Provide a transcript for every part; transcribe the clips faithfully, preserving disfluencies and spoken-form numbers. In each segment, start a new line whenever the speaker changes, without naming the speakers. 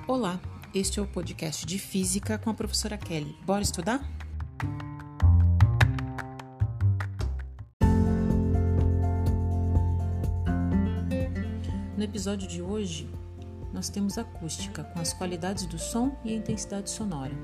Olá, este é o podcast de Física com a professora Kelly. Bora estudar? No episódio de hoje, nós temos acústica com as qualidades do som e a intensidade sonora.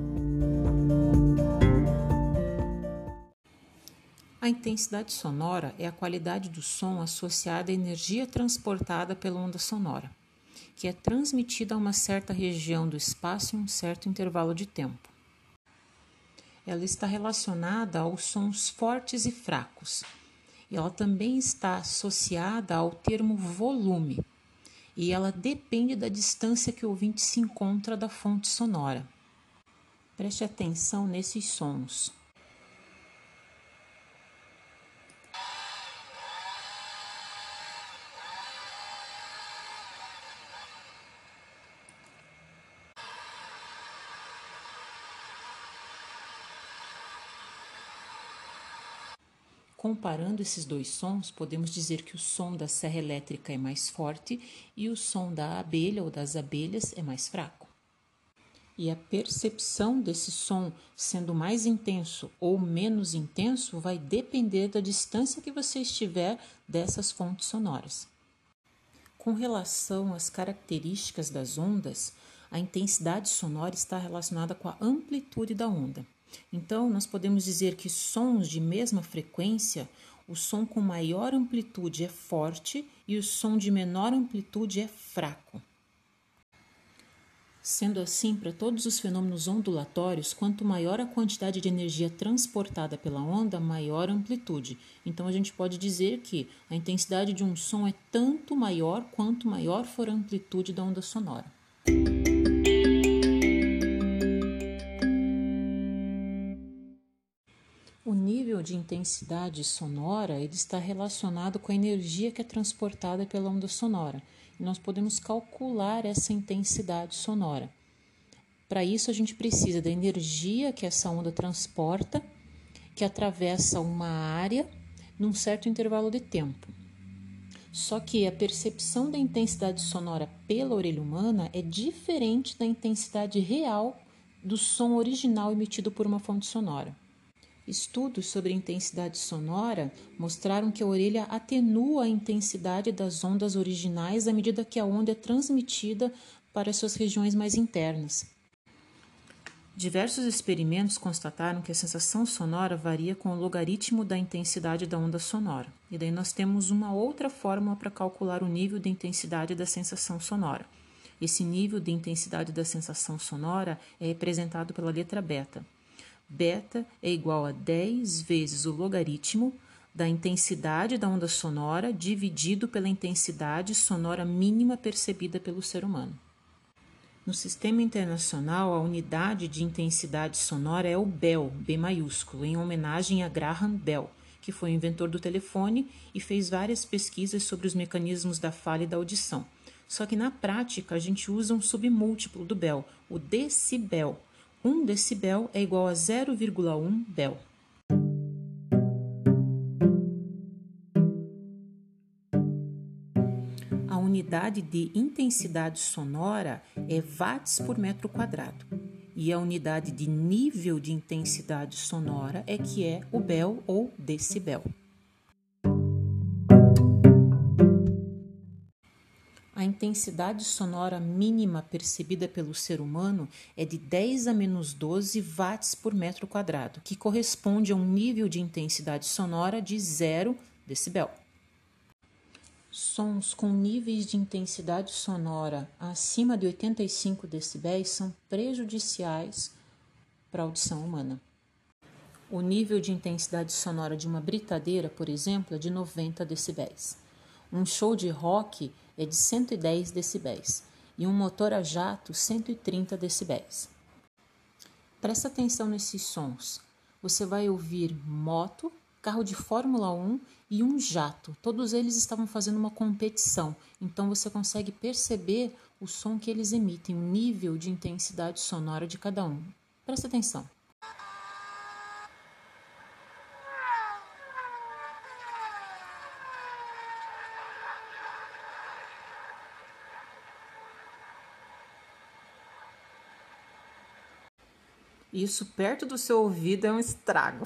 A intensidade sonora é a qualidade do som associada à energia transportada pela onda sonora, que é transmitida a uma certa região do espaço em um certo intervalo de tempo. Ela está relacionada aos sons fortes e fracos. E ela também está associada ao termo volume. E ela depende da distância que o ouvinte se encontra da fonte sonora. Preste atenção nesses sons. Comparando esses dois sons, podemos dizer que o som da serra elétrica é mais forte e o som da abelha ou das abelhas é mais fraco. E a percepção desse som sendo mais intenso ou menos intenso vai depender da distância que você estiver dessas fontes sonoras. Com relação às características das ondas, a intensidade sonora está relacionada com a amplitude da onda. Então, nós podemos dizer que sons de mesma frequência, o som com maior amplitude é forte e o som de menor amplitude é fraco. Sendo assim, para todos os fenômenos ondulatórios, quanto maior a quantidade de energia transportada pela onda, maior a amplitude. Então, a gente pode dizer que a intensidade de um som é tanto maior quanto maior for a amplitude da onda sonora. O nível de intensidade sonora ele está relacionado com a energia que é transportada pela onda sonora. E nós podemos calcular essa intensidade sonora. Para isso, a gente precisa da energia que essa onda transporta, que atravessa uma área num certo intervalo de tempo. Só que a percepção da intensidade sonora pela orelha humana é diferente da intensidade real do som original emitido por uma fonte sonora. Estudos sobre intensidade sonora mostraram que a orelha atenua a intensidade das ondas originais à medida que a onda é transmitida para suas regiões mais internas. Diversos experimentos constataram que a sensação sonora varia com o logaritmo da intensidade da onda sonora. E daí nós temos uma outra fórmula para calcular o nível de intensidade da sensação sonora. Esse nível de intensidade da sensação sonora é representado pela letra beta. Beta é igual a dez vezes o logaritmo da intensidade da onda sonora dividido pela intensidade sonora mínima percebida pelo ser humano. No sistema internacional, a unidade de intensidade sonora é o Bell, B maiúsculo, em homenagem a Graham Bell, que foi o inventor do telefone e fez várias pesquisas sobre os mecanismos da fala e da audição. Só que na prática a gente usa um submúltiplo do Bell, o decibel. um decibel é igual a zero vírgula um Bell. A unidade de intensidade sonora é watts por metro quadrado. E a unidade de nível de intensidade sonora é que é o Bell ou decibel. A intensidade sonora mínima percebida pelo ser humano é de dez a menos doze watts por metro quadrado, que corresponde a um nível de intensidade sonora de zero decibel. Sons com níveis de intensidade sonora acima de oitenta e cinco decibéis são prejudiciais para a audição humana. O nível de intensidade sonora de uma britadeira, por exemplo, é de noventa decibéis. Um show de rock é de cento e dez decibéis e um motor a jato cento e trinta decibéis. Presta atenção nesses sons. Você vai ouvir moto, carro de Fórmula um e um jato. Todos eles estavam fazendo uma competição, então você consegue perceber o som que eles emitem, o nível de intensidade sonora de cada um. Presta atenção. Isso perto do seu ouvido é um estrago.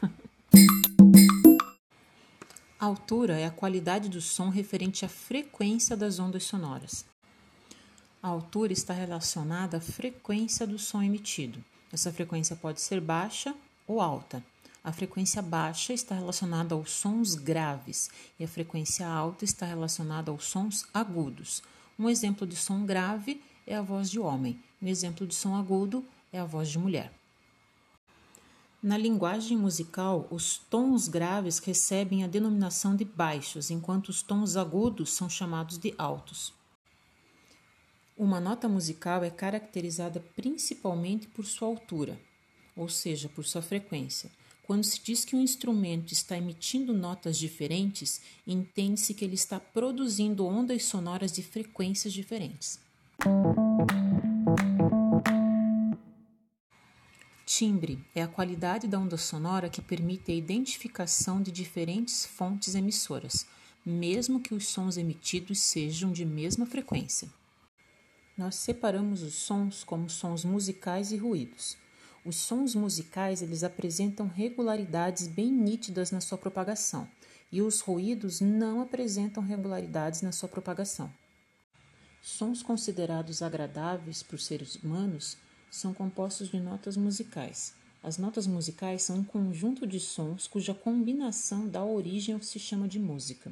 A altura é a qualidade do som referente à frequência das ondas sonoras. A altura está relacionada à frequência do som emitido. Essa frequência pode ser baixa ou alta. A frequência baixa está relacionada aos sons graves e a frequência alta está relacionada aos sons agudos. Um exemplo de som grave é a voz de homem, um exemplo de som agudo é a voz de mulher. Na linguagem musical, os tons graves recebem a denominação de baixos, enquanto os tons agudos são chamados de altos. Uma nota musical é caracterizada principalmente por sua altura, ou seja, por sua frequência. Quando se diz que um instrumento está emitindo notas diferentes, entende-se que ele está produzindo ondas sonoras de frequências diferentes. Timbre é a qualidade da onda sonora que permite a identificação de diferentes fontes emissoras, mesmo que os sons emitidos sejam de mesma frequência. Nós separamos os sons como sons musicais e ruídos. Os sons musicais eles apresentam regularidades bem nítidas na sua propagação, e os ruídos não apresentam regularidades na sua propagação. Sons considerados agradáveis para os seres humanos são compostos de notas musicais. As notas musicais são um conjunto de sons cuja combinação dá origem ao que se chama de música.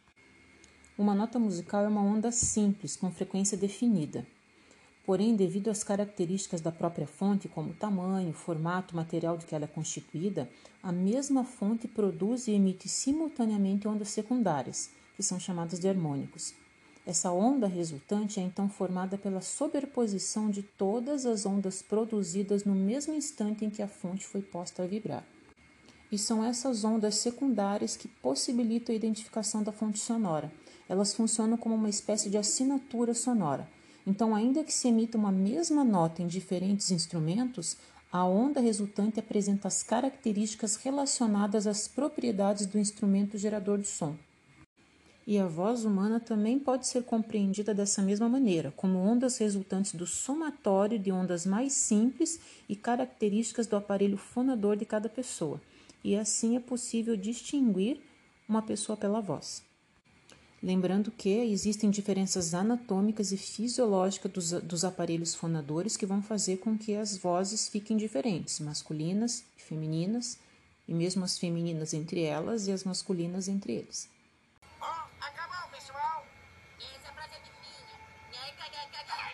Uma nota musical é uma onda simples, com frequência definida. Porém, devido às características da própria fonte, como tamanho, formato, material de que ela é constituída, a mesma fonte produz e emite simultaneamente ondas secundárias, que são chamadas de harmônicos. Essa onda resultante é então formada pela sobreposição de todas as ondas produzidas no mesmo instante em que a fonte foi posta a vibrar. E são essas ondas secundárias que possibilitam a identificação da fonte sonora. Elas funcionam como uma espécie de assinatura sonora. Então, ainda que se emita uma mesma nota em diferentes instrumentos, a onda resultante apresenta as características relacionadas às propriedades do instrumento gerador de som. E a voz humana também pode ser compreendida dessa mesma maneira, como ondas resultantes do somatório de ondas mais simples e características do aparelho fonador de cada pessoa. E assim é possível distinguir uma pessoa pela voz. Lembrando que existem diferenças anatômicas e fisiológicas dos, dos aparelhos fonadores que vão fazer com que as vozes fiquem diferentes, masculinas e femininas, e mesmo as femininas entre elas e as masculinas entre eles.
Ó, acabou, pessoal! Essa frase é minha.